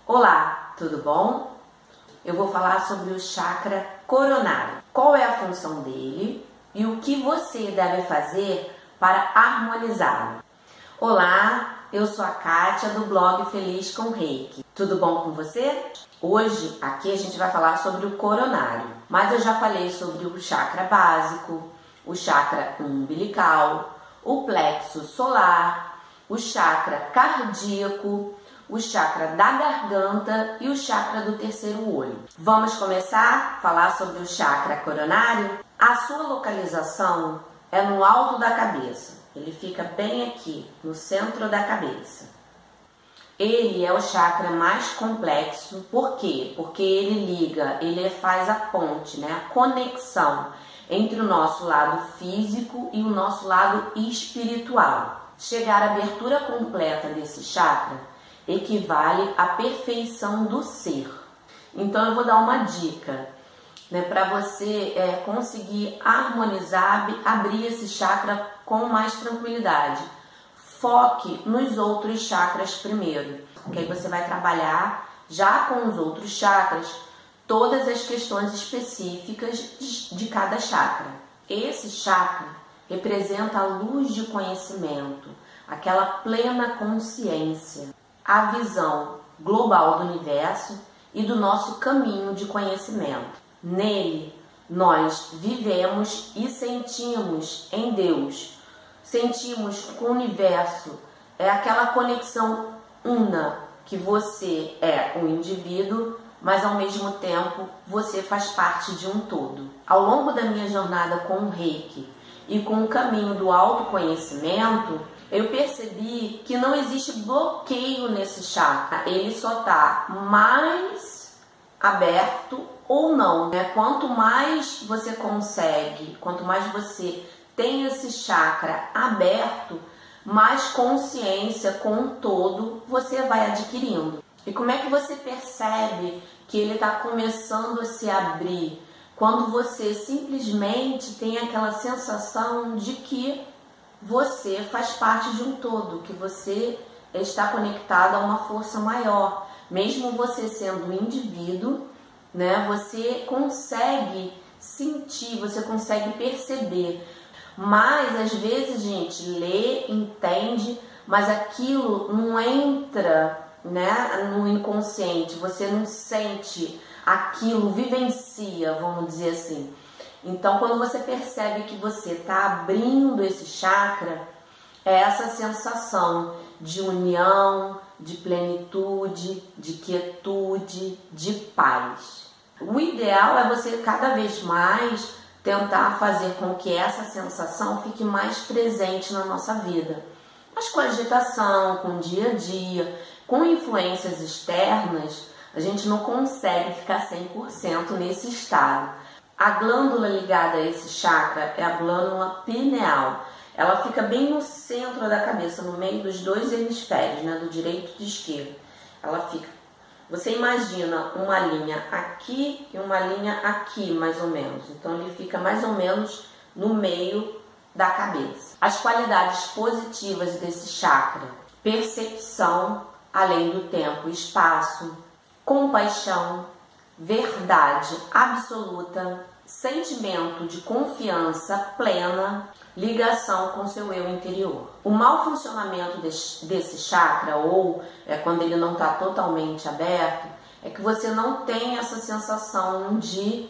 Olá, tudo bom? Eu vou falar sobre o chakra coronário. Qual é a função dele e o que você deve fazer para harmonizá-lo? Olá, eu sou a Kátia do blog Feliz com Reiki. Tudo bom com você? Hoje aqui a gente vai falar sobre o coronário, mas eu já falei sobre o chakra básico, o chakra umbilical, o plexo solar, o chakra cardíaco, o chakra da garganta e o chakra do terceiro olho. Vamos começar a falar sobre o chakra coronário? A sua localização é no alto da cabeça. Ele fica bem aqui, no centro da cabeça. Ele é o chakra mais complexo. Por quê? Porque ele faz a ponte, a conexão entre o nosso lado físico e o nosso lado espiritual. Chegar à abertura completa desse chakra equivale à perfeição do ser. Então eu vou dar uma dica, para você conseguir harmonizar, abrir esse chakra com mais tranquilidade. Foque nos outros chakras primeiro, porque aí você vai trabalhar já com os outros chakras todas as questões específicas de cada chakra. Esse chakra representa a luz de conhecimento, aquela plena consciência, a visão global do universo e do nosso caminho de conhecimento. Nele, nós vivemos e sentimos em Deus. Sentimos com o universo, é aquela conexão una, que você é um indivíduo, mas ao mesmo tempo você faz parte de um todo. Ao longo da minha jornada com o Reiki e com o caminho do autoconhecimento, eu percebi que não existe bloqueio nesse chakra, ele só está mais aberto ou não. Quanto mais você consegue, quanto mais você tem esse chakra aberto, mais consciência com o todo você vai adquirindo. E como é que você percebe que ele está começando a se abrir? Quando você simplesmente tem aquela sensação de que você faz parte de um todo, que você está conectado a uma força maior. Mesmo você sendo um indivíduo, você consegue sentir, você consegue perceber. Mas às vezes, gente, lê, entende, mas aquilo não entra, no inconsciente. Você não sente aquilo, vivencia, vamos dizer assim. Então, quando você percebe que você está abrindo esse chakra, é essa sensação de união, de plenitude, de quietude, de paz. O ideal é você cada vez mais tentar fazer com que essa sensação fique mais presente na nossa vida. Mas com a agitação, com o dia a dia, com influências externas, a gente não consegue ficar 100% nesse estado. A glândula ligada a esse chakra é a glândula pineal. Ela fica bem no centro da cabeça, no meio dos dois hemisférios, do direito e do esquerdo. Ela fica. Você imagina uma linha aqui e uma linha aqui, mais ou menos. Então ele fica mais ou menos no meio da cabeça. As qualidades positivas desse chakra: percepção além do tempo e espaço, compaixão, verdade absoluta, sentimento de confiança plena, ligação com seu eu interior. O mau funcionamento desse chakra, ou quando ele não está totalmente aberto, é que você não tem essa sensação de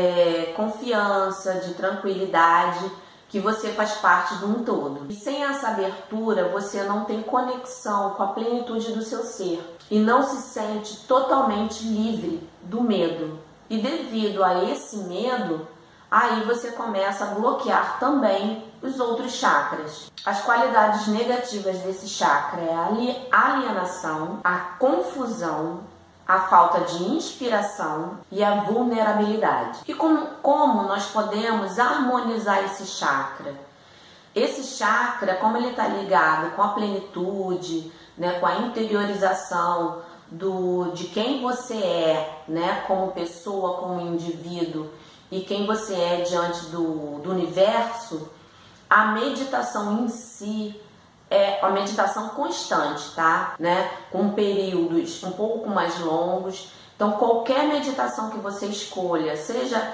confiança, de tranquilidade, que você faz parte de um todo. E sem essa abertura, você não tem conexão com a plenitude do seu ser e não se sente totalmente livre do medo. E devido a esse medo, aí você começa a bloquear também os outros chakras. As qualidades negativas desse chakra é a alienação, a confusão, a falta de inspiração e a vulnerabilidade. E como nós podemos harmonizar esse chakra? Esse chakra, como ele está ligado com a plenitude, com a interiorização de quem você é, como pessoa, como indivíduo, e quem você é diante do universo, a meditação em si é uma meditação constante, tá? Né? Com períodos um pouco mais longos. Então, qualquer meditação que você escolha, seja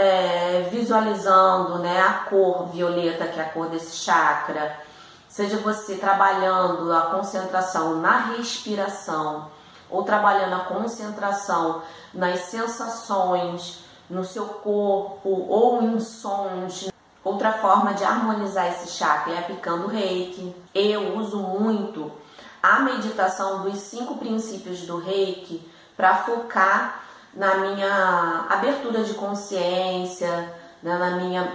visualizando, né, a cor violeta, que é a cor desse chakra, seja você trabalhando a concentração na respiração, ou trabalhando a concentração nas sensações, no seu corpo, ou em sons. Outra forma de harmonizar esse chakra é aplicando Reiki. Eu uso muito a meditação dos 5 princípios do Reiki para focar na minha abertura de consciência, né, na minha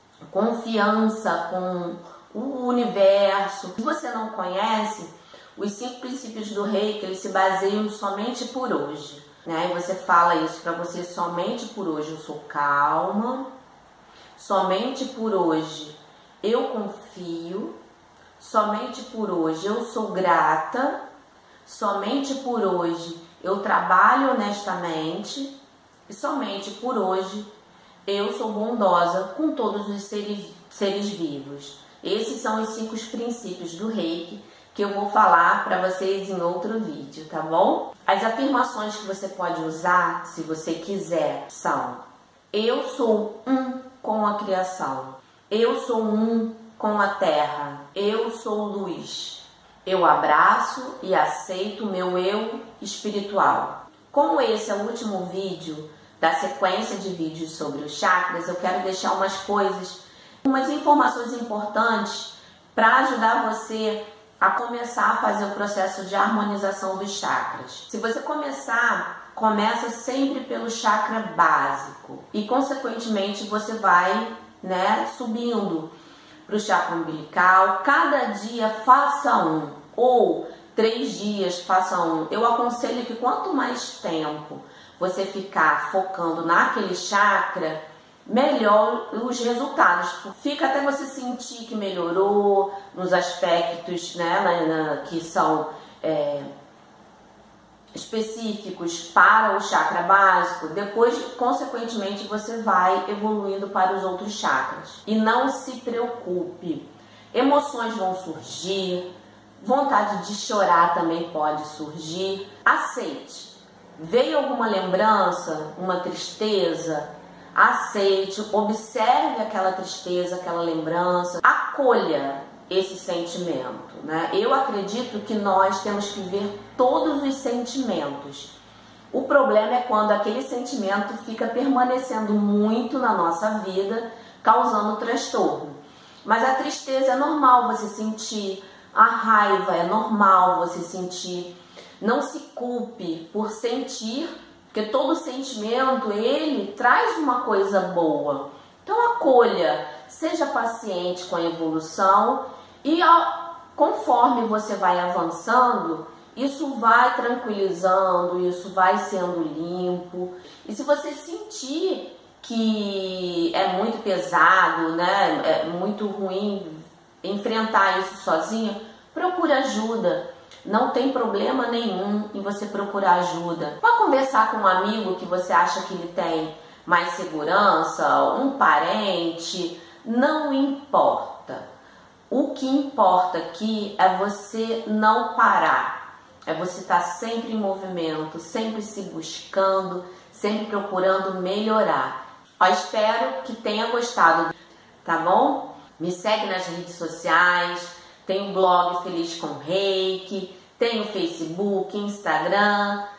confiança com o universo. Se você não conhece, os 5 princípios do Reiki, eles se baseiam somente por hoje, né? E você fala isso para você: somente por hoje eu sou calma, somente por hoje eu confio, somente por hoje eu sou grata, somente por hoje eu trabalho honestamente e somente por hoje eu sou bondosa com todos os seres vivos. Esses são os 5 princípios do Reiki que eu vou falar para vocês em outro vídeo, tá bom? As afirmações que você pode usar, se você quiser, são: eu sou um com a criação, eu sou um com a terra, eu sou luz, eu abraço e aceito o meu eu espiritual. Como esse é o último vídeo da sequência de vídeos sobre os chakras, eu quero deixar umas informações importantes para ajudar você a começar a fazer o processo de harmonização dos chakras. Se você começa sempre pelo chakra básico e consequentemente você vai, né, subindo para o chakra umbilical. Cada dia faça um, ou 3 dias faça um. Eu aconselho que quanto mais tempo você ficar focando naquele chakra, melhor os resultados. Fica até você sentir que melhorou nos aspectos, né, que são específicos para o chakra básico. Depois, consequentemente, você vai evoluindo para os outros chakras. E não se preocupe, emoções vão surgir, vontade de chorar também pode surgir. Aceite. Veio alguma lembrança, uma tristeza? Aceite, observe aquela tristeza, aquela lembrança, acolha esse sentimento, né? Eu acredito que nós temos que ver todos os sentimentos. O problema é quando aquele sentimento fica permanecendo muito na nossa vida, causando transtorno. Mas a tristeza é normal você sentir, a raiva é normal você sentir. Não se culpe por sentir, porque todo sentimento, ele traz uma coisa boa. Então acolha, seja paciente com a evolução e conforme você vai avançando, isso vai tranquilizando, isso vai sendo limpo. E se você sentir que é muito pesado, né, é muito ruim enfrentar isso sozinho, procure ajuda. Não tem problema nenhum em você procurar ajuda. Vá conversar com um amigo que você acha que ele tem mais segurança, um parente, não importa. O que importa aqui é você não parar, é você estar sempre em movimento, sempre se buscando, sempre procurando melhorar. Espero que tenha gostado, tá bom? Me segue nas redes sociais, tem o blog Feliz com Reiki, tem o Facebook, Instagram.